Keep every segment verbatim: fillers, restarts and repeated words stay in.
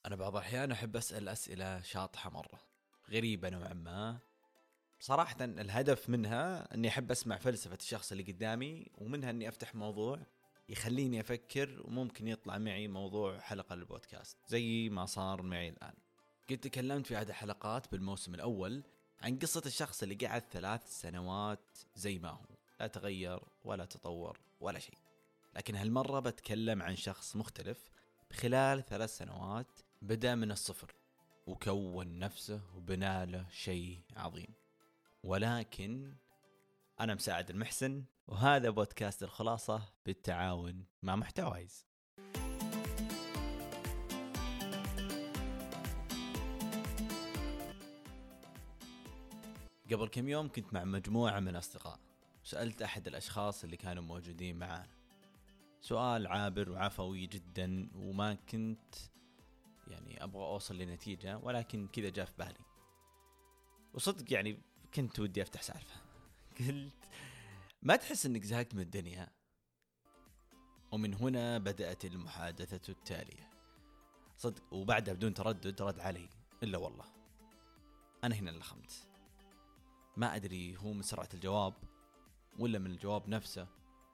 أنا بعض الأحيان أحب أسأل أسئلة شاطحة مرة غريبة نوعا ما. صراحة الهدف منها أني أحب أسمع فلسفة الشخص اللي قدامي، ومنها أني أفتح موضوع يخليني أفكر، وممكن يطلع معي موضوع حلقة للبودكاست زي ما صار معي الآن. قد تكلمت في أحد الحلقات بالموسم الأول عن قصة الشخص اللي قعد ثلاث سنوات زي ما هو، لا تغير ولا تطور ولا شيء. لكن هالمرة بتكلم عن شخص مختلف. بخلال ثلاث سنوات بدأ من الصفر وكون نفسه وبنى له شيء عظيم. ولكن أنا مساعد المحسن، وهذا بودكاست الخلاصة بالتعاون مع محتوايز. قبل كم يوم كنت مع مجموعة من الأصدقاء، سألت أحد الأشخاص اللي كانوا موجودين معانا سؤال عابر وعفوي جدا، وما كنت يعني أبغى أوصل لنتيجة، ولكن كذا جاء في بالي، وصدق يعني كنت ودي أفتح سالفة. قلت: ما تحس أنك زهقت من الدنيا؟ ومن هنا بدأت المحادثة التالية. صدق، وبعدها بدون تردد رد علي: إلا والله. أنا هنا لخمت، ما أدري هو من سرعة الجواب ولا من الجواب نفسه،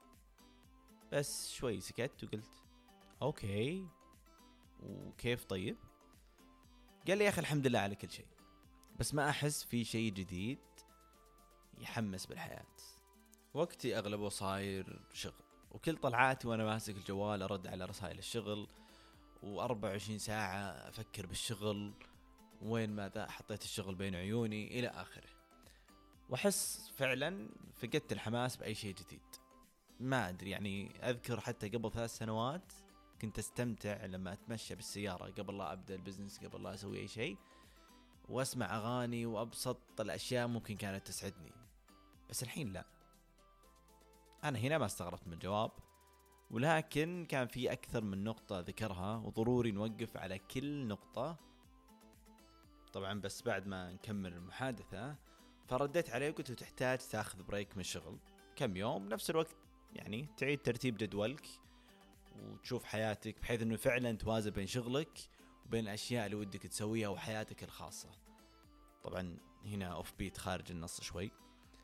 بس شوي سكت وقلت: أوكي، وكيف طيب؟ قال لي: يا أخي الحمد لله على كل شيء، بس ما أحس في شيء جديد يحمس بالحياة. وقتي أغلبه صاير شغل، وكل طلعاتي وأنا ماسك الجوال أرد على رسائل الشغل، وأربع وعشرين ساعة أفكر بالشغل، وين ماذا حطيت الشغل بين عيوني إلى آخره. وأحس فعلا فقدت الحماس بأي شيء جديد. ما أدري، يعني أذكر حتى قبل ثلاث سنوات كنت أستمتع لما أتمشى بالسيارة قبل لا أبدأ البزنس، قبل لا أسوي أي شيء، وأسمع أغاني وأبسط الأشياء ممكن كانت تسعدني. بس الحين لا. أنا هنا ما استغربت من الجواب، ولكن كان في أكثر من نقطة ذكرها وضروري نوقف على كل نقطة. طبعا بس بعد ما نكمل المحادثة فرديت عليه وقلت: تحتاج تاخذ بريك من الشغل كم يوم، نفس الوقت يعني تعيد ترتيب جدولك وتشوف حياتك، بحيث أنه فعلا توازن بين شغلك وبين الأشياء اللي ودك تسويها وحياتك الخاصة. طبعا هنا أوف بيت خارج النص شوي.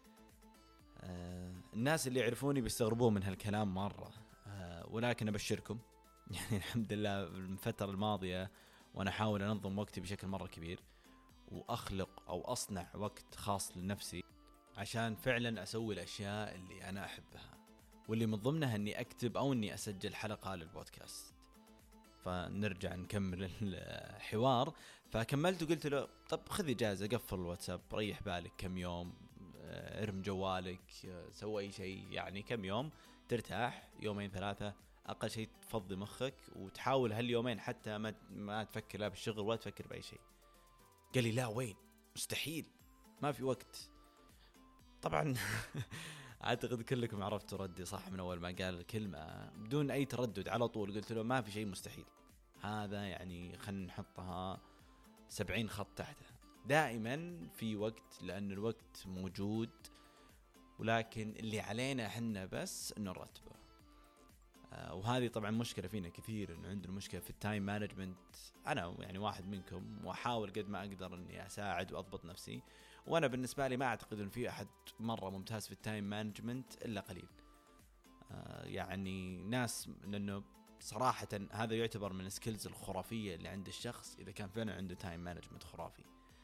آه الناس اللي يعرفوني بيستغربون من هالكلام مرة، آه ولكن أبشركم يعني الحمد لله الفترة الماضية وأنا أحاول أنظم وقتي بشكل مرة كبير، وأخلق أو أصنع وقت خاص لنفسي عشان فعلا أسوي الأشياء اللي أنا أحبها، واللي من ضمنها أني أكتب أو أني أسجل حلقة للبودكاست. فنرجع نكمل الحوار. فكملت وقلت له: طب خذ إجازة، قفل الواتساب، ريح بالك كم يوم، ارم جوالك، سوي أي شيء، يعني كم يوم ترتاح، يومين ثلاثة أقل شيء، تفضي مخك وتحاول هاليومين حتى ما ما تفكر لا بالشغل ولا تفكر بأي شيء. قال لي: لا وين، مستحيل، ما في وقت. طبعا أعتقد كلكم عرفتوا ردي صح من أول ما قال الكلمة بدون أي تردد، على طول قلت له: ما في شيء مستحيل. هذا يعني خلنا نحطها سبعين خط تحتها. دائما في وقت، لأن الوقت موجود، ولكن اللي علينا حنا بس إنه نرتبه. آه وهذه طبعا مشكلة فينا كثير، إنه عندنا مشكلة في التايم مانجمنت. أنا يعني واحد منكم، وأحاول قد ما أقدر إني أساعد وأضبط نفسي. وأنا بالنسبة لي ما أعتقد إن في أحد مرة ممتاز في التايم مانجمنت إلا قليل. آه يعني ناس، لأنه صراحة هذا يعتبر من السكيلز الخرافية اللي عند الشخص إذا كان فعلا عنده تايم مانجمنت خرافي.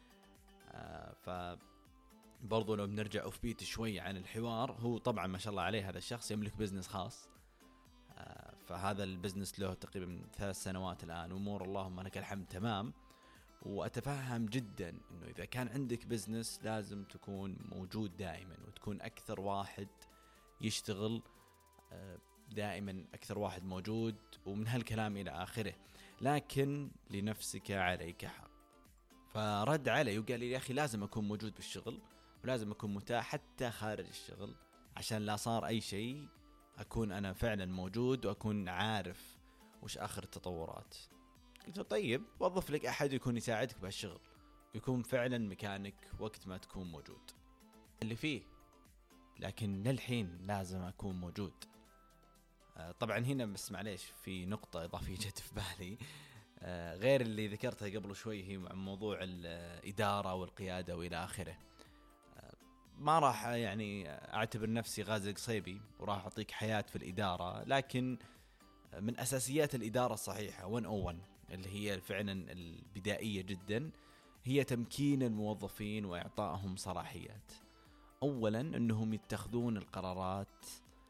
آه ف برضو لو بنرجع أوف بيت شوي عن الحوار، هو طبعا ما شاء الله عليه هذا الشخص يملك بزنس خاص. آه فهذا البزنس له تقريبا ثلاث سنوات الآن، أمور اللهم لك الحمد تمام. وأتفهم جدا أنه إذا كان عندك بزنس لازم تكون موجود دائما، وتكون أكثر واحد يشتغل دائما، أكثر واحد موجود، ومن هالكلام إلى آخره. لكن لنفسك عليك حق. فرد علي وقال لي: يا أخي لازم أكون موجود بالشغل، ولازم أكون متاح حتى خارج الشغل، عشان لا صار أي شيء أكون أنا فعلا موجود وأكون عارف وش آخر التطورات. قلت له: طيب وظف لك أحد يكون يساعدك بهالشغل، يكون فعلا مكانك وقت ما تكون موجود اللي فيه، لكن للحين لازم أكون موجود. طبعا هنا بس معليش في نقطة إضافية جت في بالي. غير اللي ذكرتها قبل شوي هي مع موضوع الإدارة والقيادة وإلى آخره. ما راح يعني أعتبر نفسي غازي قصيبي وراح أعطيك حياة في الإدارة، لكن من أساسيات الإدارة الصحيحة مئة وواحد اللي هي فعلا البدائية جدا هي تمكين الموظفين وإعطائهم صلاحيات. أولا أنهم يتخذون القرارات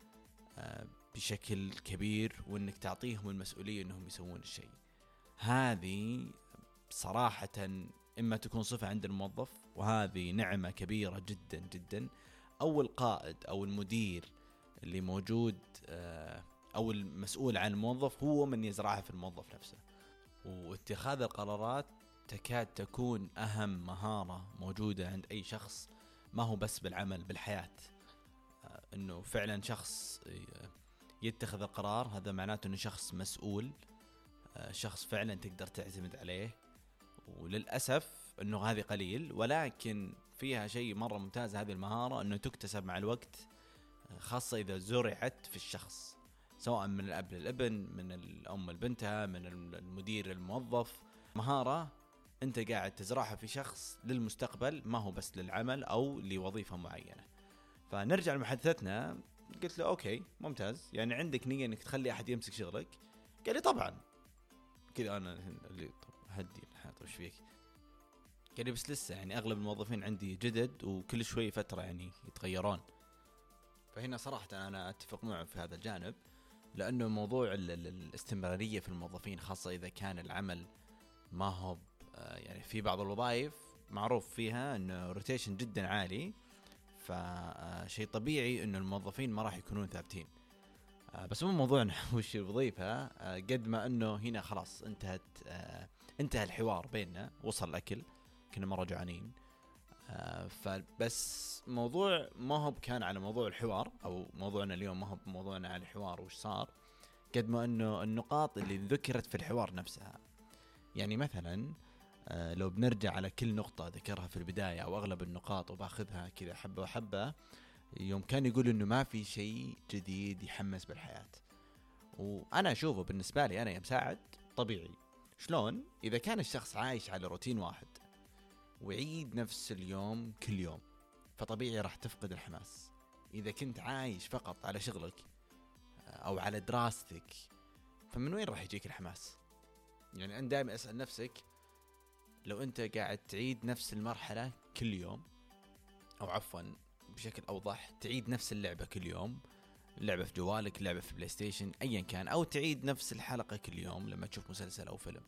بشكل كبير، وأنك تعطيهم المسؤولية أنهم يسوون الشيء. هذه صراحة إما تكون صفة عند الموظف، وهذه نعمة كبيرة جدا جدا، أو القائد أو المدير اللي موجود أو المسؤول عن الموظف هو من يزرعها في الموظف نفسه. واتخاذ القرارات تكاد تكون أهم مهارة موجودة عند أي شخص، ما هو بس بالعمل، بالحياة. إنه فعلا شخص يتخذ القرار هذا معناته إنه شخص مسؤول، شخص فعلا تقدر تعتمد عليه. وللأسف إنه هذه قليل، ولكن فيها شيء مرة ممتاز هذه المهارة، إنه تكتسب مع الوقت، خاصة إذا زرعت في الشخص، سواء من الأب للابن، من الأم لبنتها، من المدير للموظف. مهارة أنت قاعد تزرعها في شخص للمستقبل، ما هو بس للعمل أو لوظيفة معينة. فنرجع لمحادثتنا، قلت له أوكي ممتاز، يعني عندك نية إنك تخلي أحد يمسك شغلك؟ قال لي طبعا. كذا أنا اللي طب هدي طب إيش فيك؟ قال لي بس لسه يعني أغلب الموظفين عندي جدد وكل شوي فترة يعني يتغيرون. فهنا صراحة أنا أتفق معه في هذا الجانب، لأنه موضوع الاستمرارية في الموظفين، خاصة إذا كان العمل ما هو يعني في بعض الوظائف معروف فيها أنه روتيشن جدا عالي، فشيء طبيعي أنه الموظفين ما راح يكونون ثابتين. بس مو موضوعنا وش الوظيفة، قد ما أنه هنا خلاص انتهت انتهى الحوار بيننا، وصل الأكل، كنا مرة جوعانين. فبس موضوع ما هو كان على موضوع الحوار، أو موضوعنا اليوم ما هو موضوعنا على الحوار وش صار، قد ما أنه النقاط اللي ذكرت في الحوار نفسها. يعني مثلا لو بنرجع على كل نقطة ذكرها في البداية أو أغلب النقاط وباخذها كذا حبة وحبة، يوم كان يقول إنه ما في شيء جديد يحمس بالحياة. وأنا أشوفه بالنسبة لي أنا يا مساعد طبيعي. شلون؟ إذا كان الشخص عايش على روتين واحد ويعيد نفس اليوم كل يوم، فطبيعي راح تفقد الحماس. إذا كنت عايش فقط على شغلك أو على دراستك، فمن وين راح يجيك الحماس؟ يعني أنا دائما أسأل نفسك، لو أنت قاعد تعيد نفس المرحلة كل يوم، أو عفوا بشكل أوضح تعيد نفس اللعبة كل يوم، لعبة في جوالك، لعبة في بلاي ستيشن، أيا كان، أو تعيد نفس الحلقة كل يوم لما تشوف مسلسل أو فيلم،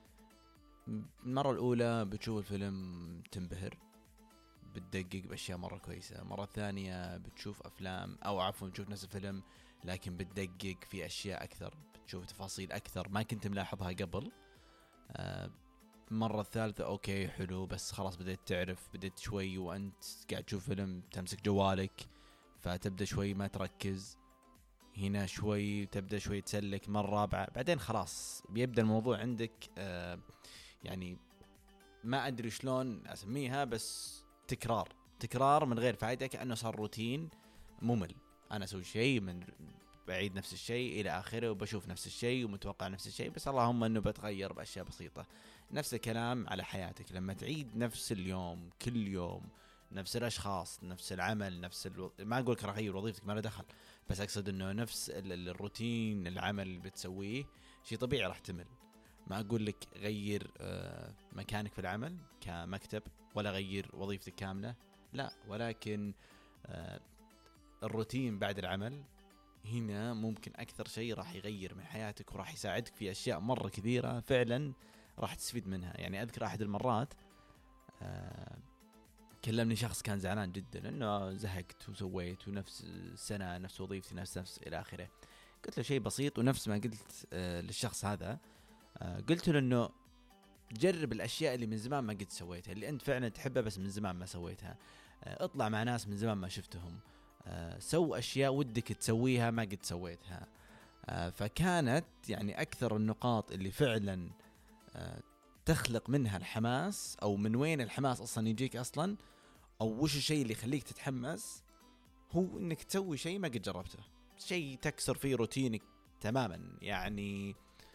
المرة الأولى بتشوف الفيلم تنبهر، بتدقق بأشياء مرة كويسة. مرة ثانية بتشوف أفلام أو عفوا بتشوف نفس الفيلم لكن بتدقق في أشياء أكثر، بتشوف تفاصيل أكثر ما كنت ملاحظها قبل. آه مرة الثالثة أوكي حلو، بس خلاص بدأت تعرف، بدأت شوي وأنت قاعد تشوف فيلم تمسك جوالك، فتبدأ شوي ما تركز، هنا شوي تبدأ شوي تسلك. مرة رابعة بعدين خلاص بيبدأ الموضوع عندك آه يعني ما أدري شلون أسميها، بس تكرار تكرار من غير فائدة، كأنه صار روتين ممل. أنا أسوي شيء من بعيد نفس الشيء إلى آخره، وبشوف نفس الشيء ومتوقع نفس الشيء، بس اللهم أنه بتغير بأشياء بسيطة. نفس الكلام على حياتك، لما تعيد نفس اليوم كل يوم، نفس الأشخاص، نفس العمل، نفس الو... ما أقول لك راح أغير وظيفتك، ما له دخل، بس أقصد أنه نفس الروتين العمل اللي بتسويه شيء طبيعي راح تمل. ما أقول لك غير آه مكانك في العمل كمكتب، ولا غير وظيفتك كاملة، لا، ولكن آه الروتين بعد العمل هنا ممكن أكثر شيء راح يغير من حياتك، وراح يساعدك في أشياء مرة كثيرة فعلا راح تستفيد منها. يعني أذكر أحد المرات آه كلمني شخص كان زعلان جدا إنه زهقت وسويت ونفس السنة نفس وظيفتي نفس نفس إلى آخره. قلت له شيء بسيط، ونفس ما قلت آه للشخص هذا، آه قلت له إنه جرب الأشياء اللي من زمان ما قد سويتها، اللي أنت فعلا تحبها بس من زمان ما سويتها. آه اطلع مع ناس من زمان ما شفتهم، آه سو أشياء ودك تسويها ما قد سويتها. آه فكانت يعني أكثر النقاط اللي فعلا آه تخلق منها الحماس، أو من وين الحماس أصلا يجيك أصلا، أو وش الشيء اللي يخليك تتحمس، هو إنك تسوي شيء ما قد جربته، شيء تكسر فيه روتينك تماما. يعني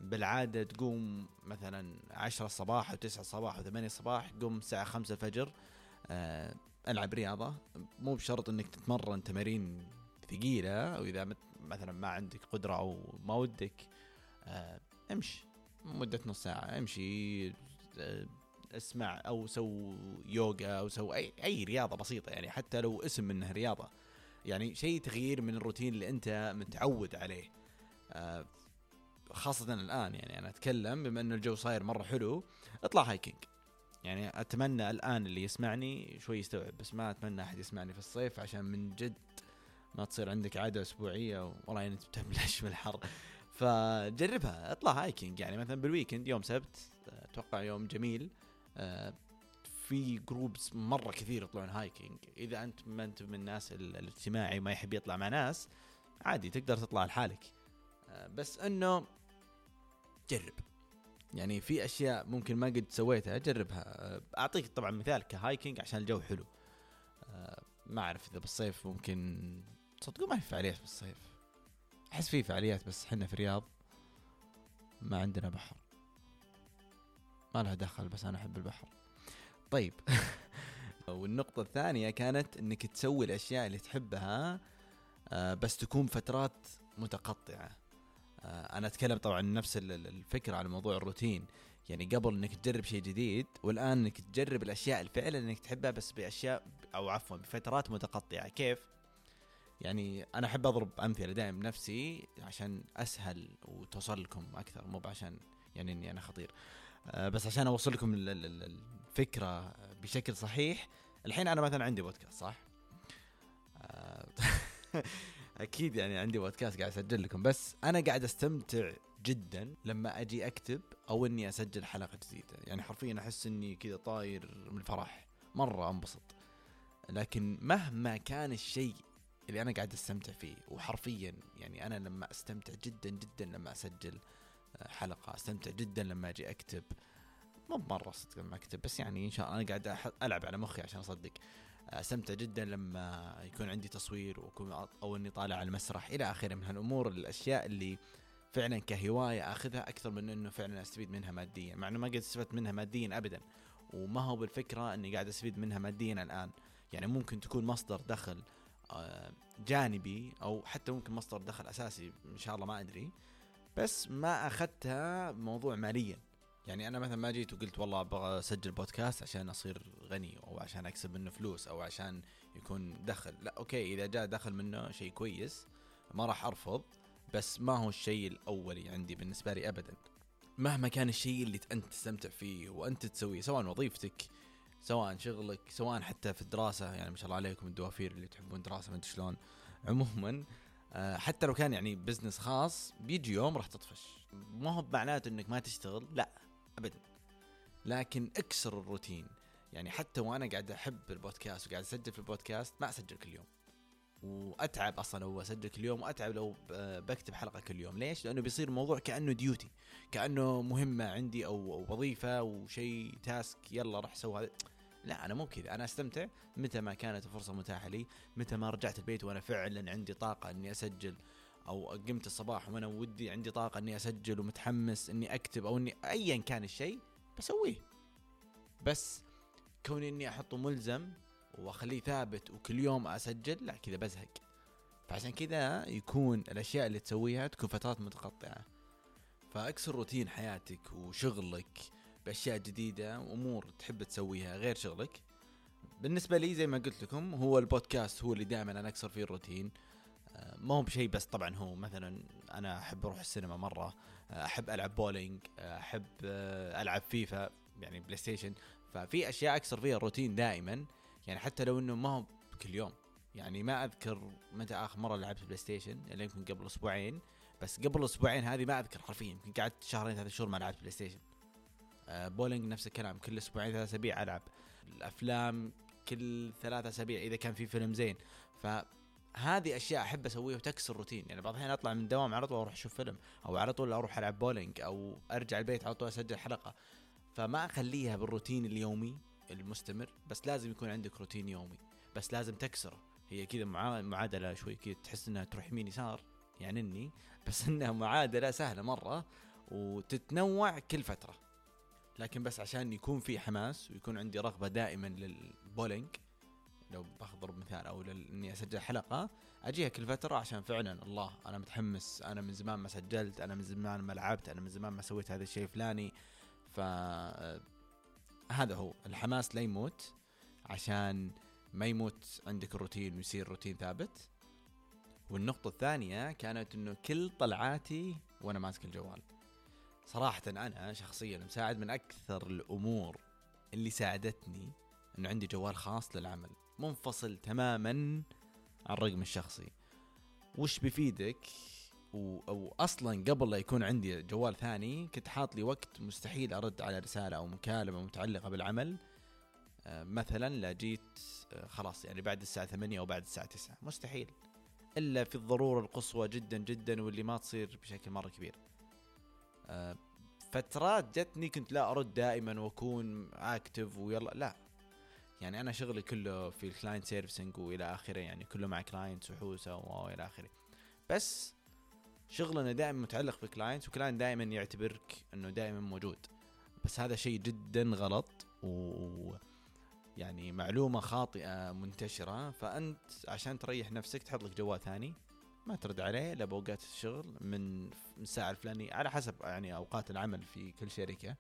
بالعادة تقوم مثلا عشرة الصباح أو تسعة الصباح أو ثمانية الصباح، قوم الساعة خمسة الفجر، أه ألعب رياضة. مو بشرط أنك تتمرن تمارين ثقيلة، أو إذا مثلا ما عندك قدرة أو ما ودك أه امشي مدة نص ساعة، امشي أه اسمع أو سو يوغا أو سو أي, أي رياضة بسيطة، يعني حتى لو اسم منها رياضة، يعني شيء تغيير من الروتين اللي أنت متعود عليه. أه خاصة الآن يعني أنا أتكلم بما أنه الجو صاير مرة حلو، اطلع هايكينج. يعني أتمنى الآن اللي يسمعني شوي يستوعب، بس ما أتمنى أحد يسمعني في الصيف، عشان من جد ما تصير عندك عادة أسبوعية والله يعني أنت بتبلش بالحر. فجربها، اطلع هايكينج يعني مثلا بالويكند، يوم سبت أتوقع يوم جميل، في جروبس مرة كثير يطلعون هايكينج. إذا أنت ما أنت من الناس الاجتماعي ما يحب يطلع مع ناس، عادي تقدر تطلع لحالك، بس أنه جرب. يعني في أشياء ممكن ما قد سويتها جربها. أعطيك طبعا مثال كهايكينج عشان الجو حلو، ما أعرف إذا بالصيف ممكن، صدقوا ما في فعاليات بالصيف، أحس في فعاليات بس حنا في الرياض ما عندنا بحر، ما لها دخل، بس أنا أحب البحر. طيب والنقطة الثانية كانت إنك تسوي الأشياء اللي تحبها بس تكون فترات متقطعة. أنا أتكلم طبعا نفس الفكرة على موضوع الروتين، يعني قبل إنك تجرب شيء جديد، والآن إنك تجرب الأشياء الفعلا إنك تحبها بس بأشياء أو عفوا بفترات متقطعة. كيف؟ يعني أنا أحب أضرب أمثلة دائم نفسي عشان أسهل وتوصل لكم أكثر، مو عشان يعني إني أنا خطير، بس عشان أوصل لكم الفكرة بشكل صحيح. الحين أنا مثلا عندي بودكاست صح؟ أكيد يعني عندي بودكاست قاعد أسجل لكم، بس أنا قاعد أستمتع جدا لما أجي أكتب أو إني أسجل حلقة جديدة. يعني حرفيا أحس إني كذا طاير من الفرح، مرة أنبسط. لكن مهما كان الشيء اللي أنا قاعد أستمتع فيه، وحرفيا يعني أنا لما أستمتع جدا جدا لما أسجل حلقة، أستمتع جدا لما أجي أكتب، مو مرة صدق لما أكتب، بس يعني إن شاء الله أنا قاعد ألعب على مخي عشان أصدق. أستمتع جدا لما يكون عندي تصوير وأكون أو إني طالع على المسرح إلى آخره من هالأمور، الأشياء اللي فعلا كهواية أخذها أكثر من إنه فعلا أستفيد منها ماديا، مع إنه ما قد استفدت منها ماديا أبدا، وما هو بالفكرة إني قاعد أستفيد منها ماديا الآن. يعني ممكن تكون مصدر دخل جانبي أو حتى ممكن مصدر دخل أساسي إن شاء الله، ما أدري، بس ما أخذتها موضوع ماليا. يعني أنا مثلا ما جيت وقلت والله أبغى أسجل بودكاست عشان أصير غني أو عشان أكسب منه فلوس أو عشان يكون دخل. لا أوكي، إذا جاء دخل منه شيء كويس ما راح أرفض، بس ما هو الشيء الأولي عندي بالنسبة لي أبدا. مهما كان الشيء اللي أنت تستمتع فيه وأنت تسويه، سواء وظيفتك سواء شغلك سواء حتى في الدراسة، يعني ما شاء الله عليكم الدوافير اللي تحبون دراسة ما أنت شلون. عموما حتى لو كان يعني بزنس خاص، بيجي يوم راح تطفش، ما هو بمعناته انك ما تشتغل، لا ابدا، لكن اكسر الروتين. يعني حتى وانا قاعد احب البودكاست وقاعد اسجل في البودكاست، ما اسجل كل يوم، واتعب اصلا لو اسجل كل يوم، واتعب لو بكتب حلقة كل يوم. ليش؟ لانه بيصير الموضوع كأنه ديوتي، كأنه مهمة عندي او وظيفة وشيء تاسك، يلا راح اسوي هذا. لا انا مو كذا، انا استمتع متى ما كانت الفرصة متاحة لي، متى ما رجعت البيت وانا فعلا عندي طاقة اني اسجل، او قمت الصباح وانا ودي عندي طاقة اني اسجل ومتحمس اني اكتب، او اني ايا كان الشيء بسويه. بس كوني اني احطه ملزم واخليه ثابت وكل يوم اسجل، لا كذا بزهق. فعشان كذا يكون الاشياء اللي تسويها تكون فترات متقطعة. فاكسر روتين حياتك وشغلك باشياء جديدة وامور تحب تسويها غير شغلك. بالنسبة لي زي ما قلت لكم، هو البودكاست هو اللي دائما انا اكسر فيه الروتين. ما هو بشيء، بس طبعا هو مثلا انا احب اروح السينما مرة، احب العب بولينج، احب العب فيفا يعني بلاي ستيشن. ففي اشياء اكسر فيها الروتين دائما، يعني حتى لو انه ما هو كل يوم. يعني ما اذكر متى اخر مرة لعبت بلاي ستيشن، اللي يمكن قبل اسبوعين، بس قبل اسبوعين هذه ما اذكر حرفيا، يمكن قعدت شهرين ثلاثة شهور ما لعبت بلاي ستيشن. بولينج نفس الكلام، كل اسبوعين ثلاثة اسابيع العب. الافلام كل ثلاثة اسابيع اذا كان في فيلم زين. فهذه اشياء احب اسويها وتكسر روتين. يعني بعض الاحيان اطلع من الدوام على طول اروح اشوف فيلم، او على طول اروح العب بولينج، او ارجع البيت على طول اسجل حلقة. فما اخليها بالروتين اليومي المستمر، بس لازم يكون عندك روتين يومي، بس لازم تكسره. هي كذا معادلة شوي كذا تحس انها تروح يمين يسار يعني اني بس انها معادلة سهلة مرة، وتتنوع كل فترة. لكن بس عشان يكون في حماس ويكون عندي رغبة دائما للبولينج، لو بضرب مثال، أو إني أسجل حلقة أجيها كل فترة عشان فعلا الله أنا متحمس، أنا من زمان ما سجلت، أنا من زمان ما لعبت، أنا من زمان ما سويت هذا الشيء فلاني. فهذا هو الحماس لا يموت، عشان ما يموت عندك الروتين ويصير روتين ثابت. والنقطة الثانية كانت إنه كل طلعاتي وأنا ماسك الجوال. صراحة أنا شخصيا مساعد من أكثر الأمور اللي ساعدتني إنه عندي جوال خاص للعمل منفصل تماما عن الرقم الشخصي. وش بيفيدك؟ و... أو أصلا قبل لا يكون عندي جوال ثاني كنت حاط لي وقت مستحيل أرد على رسالة أو مكالمة متعلقة بالعمل. آه مثلا لا جيت آه خلاص يعني بعد الساعة ثمانية أو بعد الساعة تسعة مستحيل، إلا في الضرورة القصوى جدا جدا، واللي ما تصير بشكل مرة كبير. آه فترات جتني كنت لا أرد دائما وأكون أكتف ويلا لا، يعني أنا شغلي كله في الكلاينت سيرفيسنج وإلى آخره، يعني كله مع كلاينت وحوسة وإلى آخره. بس شغلنا دائما متعلق بكلاينت، وكلاينت دائما يعتبرك أنه دائما موجود. بس هذا شيء جدا غلط، و يعني معلومة خاطئة منتشرة. فأنت عشان تريح نفسك تحط لك جوال ثاني ما ترد عليه إلا بأوقات الشغل من الساعة الفلانية على حسب يعني أوقات العمل في كل شركة.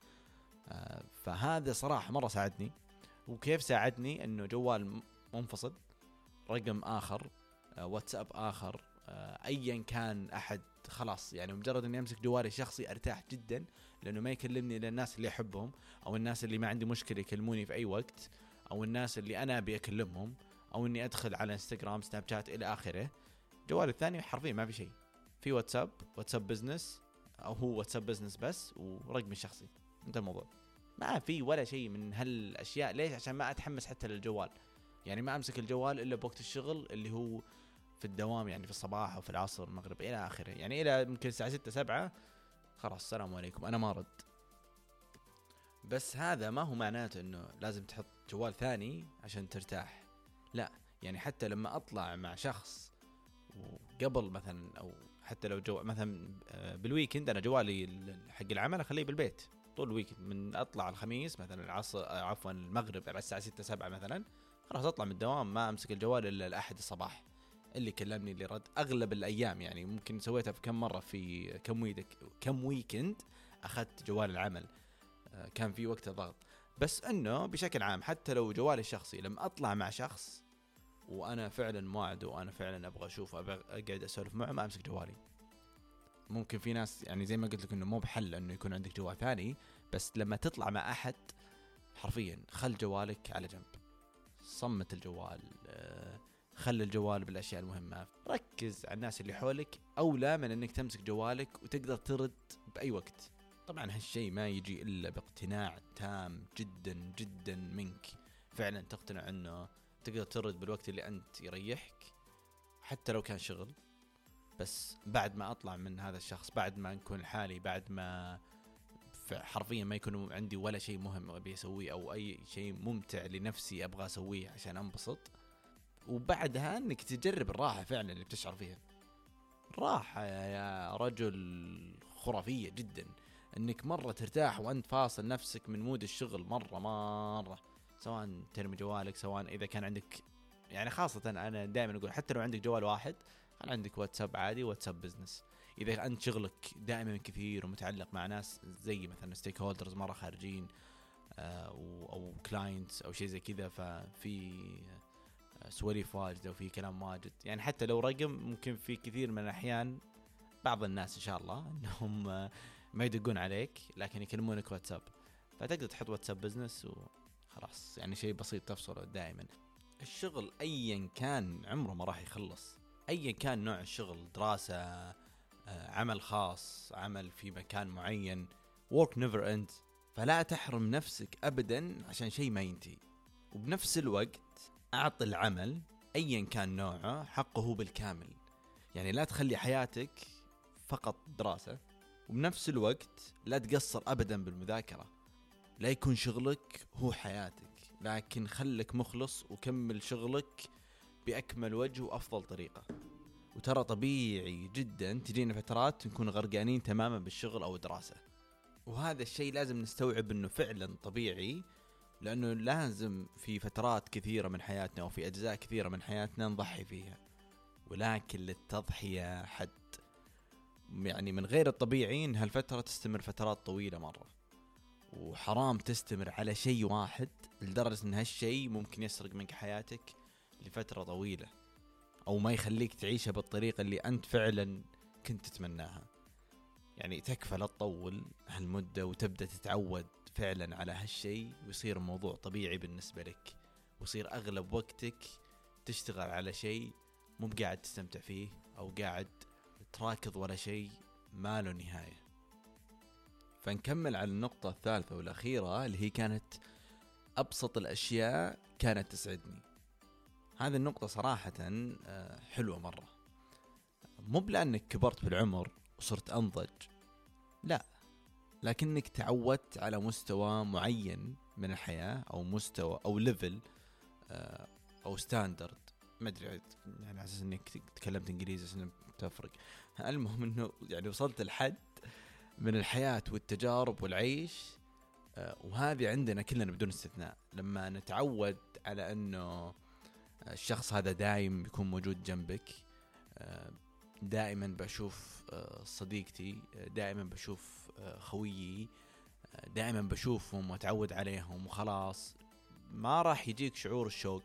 فهذا صراحة مرة ساعدني. وكيف ساعدني؟ أنه جوال منفصل، رقم آخر، واتساب آخر، أيا كان أحد، خلاص يعني مجرد أني أمسك جوالي الشخصي أرتاح جدا، لأنه ما يكلمني إلا الناس اللي أحبهم، أو الناس اللي ما عندي مشكلة يكلموني في أي وقت، أو الناس اللي أنا بيكلمهم، أو إني أدخل على انستغرام، سناب شات إلى آخره. جوالي الثاني حرفيا ما في شيء، في واتساب، واتساب بزنس، أو هو واتساب بزنس بس، ورقمي الشخصي. انت الموضوع ما في ولا شيء من هالأشياء. ليش؟ عشان ما أتحمس حتى للجوال، يعني ما أمسك الجوال إلا بوقت الشغل اللي هو في الدوام، يعني في الصباح أو في العصر المغرب إلى آخره، يعني إلى ممكن الساعة ستة سبعة خلاص السلام عليكم أنا ما رد. بس هذا ما هو معناته إنه لازم تحط جوال ثاني عشان ترتاح، لا. يعني حتى لما أطلع مع شخص وقبل مثلا، أو حتى لو جو مثلا بالويكند، أنا جوالي حق العمل أخليه بالبيت طول الويكند. من أطلع الخميس مثلا العصر، عفوا المغرب على الساعة ستة سبعة مثلا، خلاص أطلع من الدوام ما أمسك الجوال إلا الأحد الصباح، اللي كلمني اللي رد. أغلب الأيام يعني ممكن سويتها في كم مرة في كم ويدك كم ويكند أخذت جوال العمل، كان في وقت ضغط. بس انه بشكل عام حتى لو جوالي الشخصي لما اطلع مع شخص وانا فعلا موعد وانا فعلا ابغى اشوفه، ابغى اقعد اسولف معه، ما امسك جوالي. ممكن في ناس يعني زي ما قلت لك انه مو بحل انه يكون عندك جوال ثاني، بس لما تطلع مع احد حرفيا خل جوالك على جنب، صمت الجوال، خل الجوال بالاشياء المهمه، ركز على الناس اللي حولك اولى من انك تمسك جوالك وتقدر ترد باي وقت. طبعا هالشيء ما يجي إلا باقتناع تام جدا جدا منك، فعلا تقتنع أنه تقدر ترد بالوقت اللي أنت يريحك حتى لو كان شغل. بس بعد ما أطلع من هذا الشخص، بعد ما نكون لحالي، بعد ما حرفيا ما يكون عندي ولا شيء مهم أبي أسويه أو أي شيء ممتع لنفسي أبغى أسويه عشان أنبسط، وبعدها أنك تجرب الراحة فعلا اللي بتشعر فيها. الراحة يا رجل خرافية جدا، انك مرة ترتاح وانت فاصل نفسك من مود الشغل مرة مرة، سواء ترمي جوالك، سواء اذا كان عندك، يعني خاصة انا دائما اقول حتى لو عندك جوال واحد خل عندك واتساب عادي، واتساب بزنس. اذا انت شغلك دائما كثير ومتعلق مع ناس زي مثلا ستيك هولدرز مرة خارجين، آه او كلاينتس او شيء زي كذا، ففي سواليف واجدة وفي كلام واجد، يعني حتى لو رقم ممكن في كثير من الأحيان بعض الناس إن شاء الله أنهم ما يدقون عليك لكن يكلمونك واتساب، فتقدر تحط واتساب بزنس وخلاص، يعني شيء بسيط تفصله. دائما الشغل أيا كان عمره ما راح يخلص، أيا كان نوع الشغل، دراسة، عمل خاص، عمل في مكان معين، work never ends. فلا تحرم نفسك أبدا عشان شيء ما ينتهي. وبنفس الوقت أعطي العمل أيا كان نوعه حقه بالكامل، يعني لا تخلي حياتك فقط دراسة، وبنفس الوقت لا تقصر أبدا بالمذاكرة. لا يكون شغلك هو حياتك، لكن خلك مخلص وكمل شغلك بأكمل وجه وأفضل طريقة. وترى طبيعي جدا تجينا فترات نكون غرقانين تماما بالشغل أو الدراسة، وهذا الشيء لازم نستوعب أنه فعلا طبيعي، لأنه لازم في فترات كثيرة من حياتنا أو في أجزاء كثيرة من حياتنا نضحي فيها، ولكن للتضحية حد. يعني من غير الطبيعي إن هالفترة تستمر فترات طويلة مرة، وحرام تستمر على شيء واحد لدرجة إن هالشيء ممكن يسرق منك حياتك لفترة طويلة، أو ما يخليك تعيشها بالطريقة اللي أنت فعلا كنت تتمناها. يعني تكفى لا تطول هالمدة وتبدأ تتعود فعلا على هالشيء، ويصير الموضوع طبيعي بالنسبة لك، ويصير أغلب وقتك تشتغل على شيء مو قاعد تستمتع فيه، أو قاعد تراكض ولا شيء ما له نهاية. فنكمل على النقطة الثالثة والأخيرة اللي هي كانت أبسط الأشياء كانت تسعدني. هذه النقطة صراحة حلوة مرة، مو بلأنك كبرت بالعمر وصرت أنضج، لا، لكنك تعودت على مستوى معين من الحياة، أو مستوى أو ليفل أو ستاندرد، ما أدري يعني على أساس إنك تكلمت إنجليزي عشان تفرق. المهم إنه يعني وصلت الحد من الحياة والتجارب والعيش، وهذه عندنا كلنا بدون استثناء. لما نتعود على أنه الشخص هذا دائم يكون موجود جنبك، دائما بشوف صديقتي، دائما بشوف خويي، دائما بشوفهم واتعود عليهم، وخلاص ما راح يجيك شعور الشوق،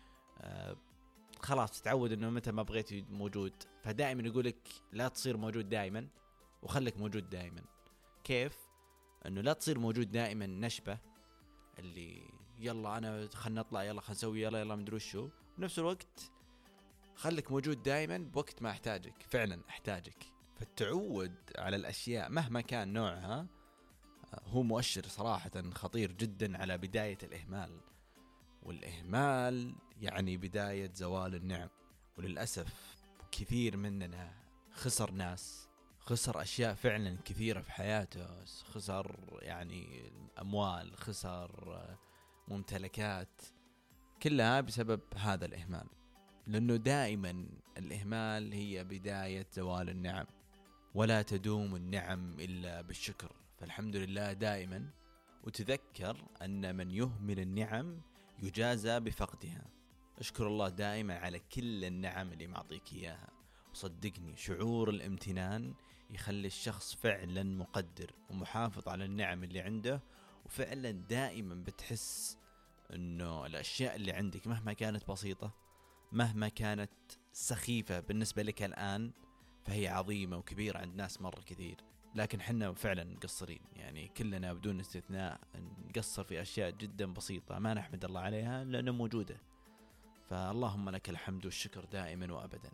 خلاص تتعود انه متى ما بغيتي موجود. فدائما يقولك لا تصير موجود دائما وخليك موجود دائما. كيف؟ انه لا تصير موجود دائما نشبة اللي يلا انا خلنا نطلع، يلا خلنا نسوي، يلا يلا مدري وشو. بنفس الوقت خليك موجود دائما بوقت ما احتاجك، فعلا احتاجك. فالتعود على الاشياء مهما كان نوعها هو مؤشر صراحة خطير جدا على بداية الإهمال، والإهمال يعني بداية زوال النعم. وللأسف كثير مننا خسر ناس، خسر أشياء فعلا كثيرة في حياته، خسر يعني أموال، خسر ممتلكات، كلها بسبب هذا الإهمال. لأنه دائما الإهمال هي بداية زوال النعم، ولا تدوم النعم إلا بالشكر. فالحمد لله دائما، وتذكر أن من يهمل النعم يجازى بفقدها. اشكر الله دائما على كل النعم اللي معطيك إياها، وصدقني شعور الامتنان يخلي الشخص فعلا مقدر ومحافظ على النعم اللي عنده، وفعلا دائما بتحس أنه الأشياء اللي عندك مهما كانت بسيطة، مهما كانت سخيفة بالنسبة لك الآن، فهي عظيمة وكبيرة عند ناس مرة كثير. لكن حنا فعلا مقصرين، يعني كلنا بدون استثناء نقصر في أشياء جدا بسيطة ما نحمد الله عليها لأنها موجودة. فاللهم لك الحمد والشكر دائما وأبدا.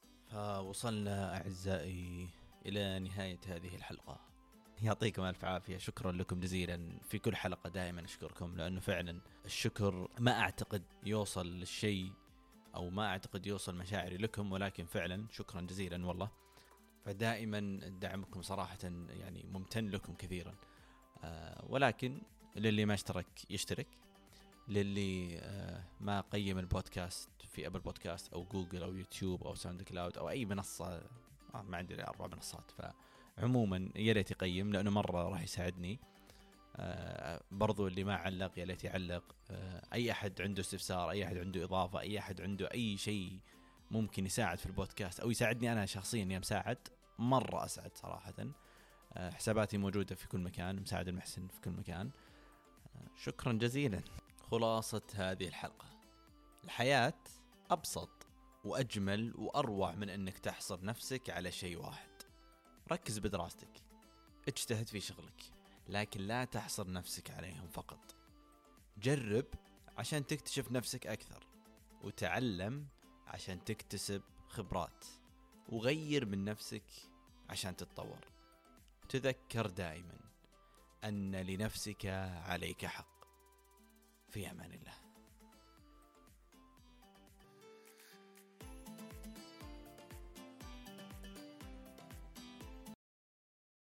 فوصلنا أعزائي إلى نهاية هذه الحلقة، يعطيكم ألف عافية. شكرا لكم جزيلا. في كل حلقة دائما أشكركم، لأنه فعلا الشكر ما أعتقد يوصل للشيء، أو ما أعتقد يوصل مشاعري لكم، ولكن فعلا شكرا جزيلا والله. فدائما دعمكم صراحة يعني ممتن لكم كثيرا. آه ولكن للي ما اشترك يشترك، للي آه ما قيم البودكاست في أبل بودكاست أو جوجل أو يوتيوب أو ساوند كلاود أو أي منصة، آه ما عندي أربع منصات، فعموما ياريت يقيم لأنه مرة راح يساعدني. آه برضو اللي ما علق ياريت يعلق. آه أي أحد عنده استفسار، أي أحد عنده إضافة، أي أحد عنده أي شيء ممكن يساعد في البودكاست أو يساعدني أنا شخصيا يا مساعد، مرة أسعد صراحة. آه حساباتي موجودة في كل مكان، مساعد المحسن في كل مكان. آه شكرا جزيلا. خلاصة هذه الحلقة: الحياة أبسط وأجمل وأروع من أنك تحصر نفسك على شيء واحد. ركز بدراستك، اجتهد في شغلك، لكن لا تحصر نفسك عليهم فقط. جرب عشان تكتشف نفسك أكثر، وتعلم عشان تكتسب خبرات، وغير من نفسك عشان تتطور. تذكر دائما أن لنفسك عليك حق. في أمان الله.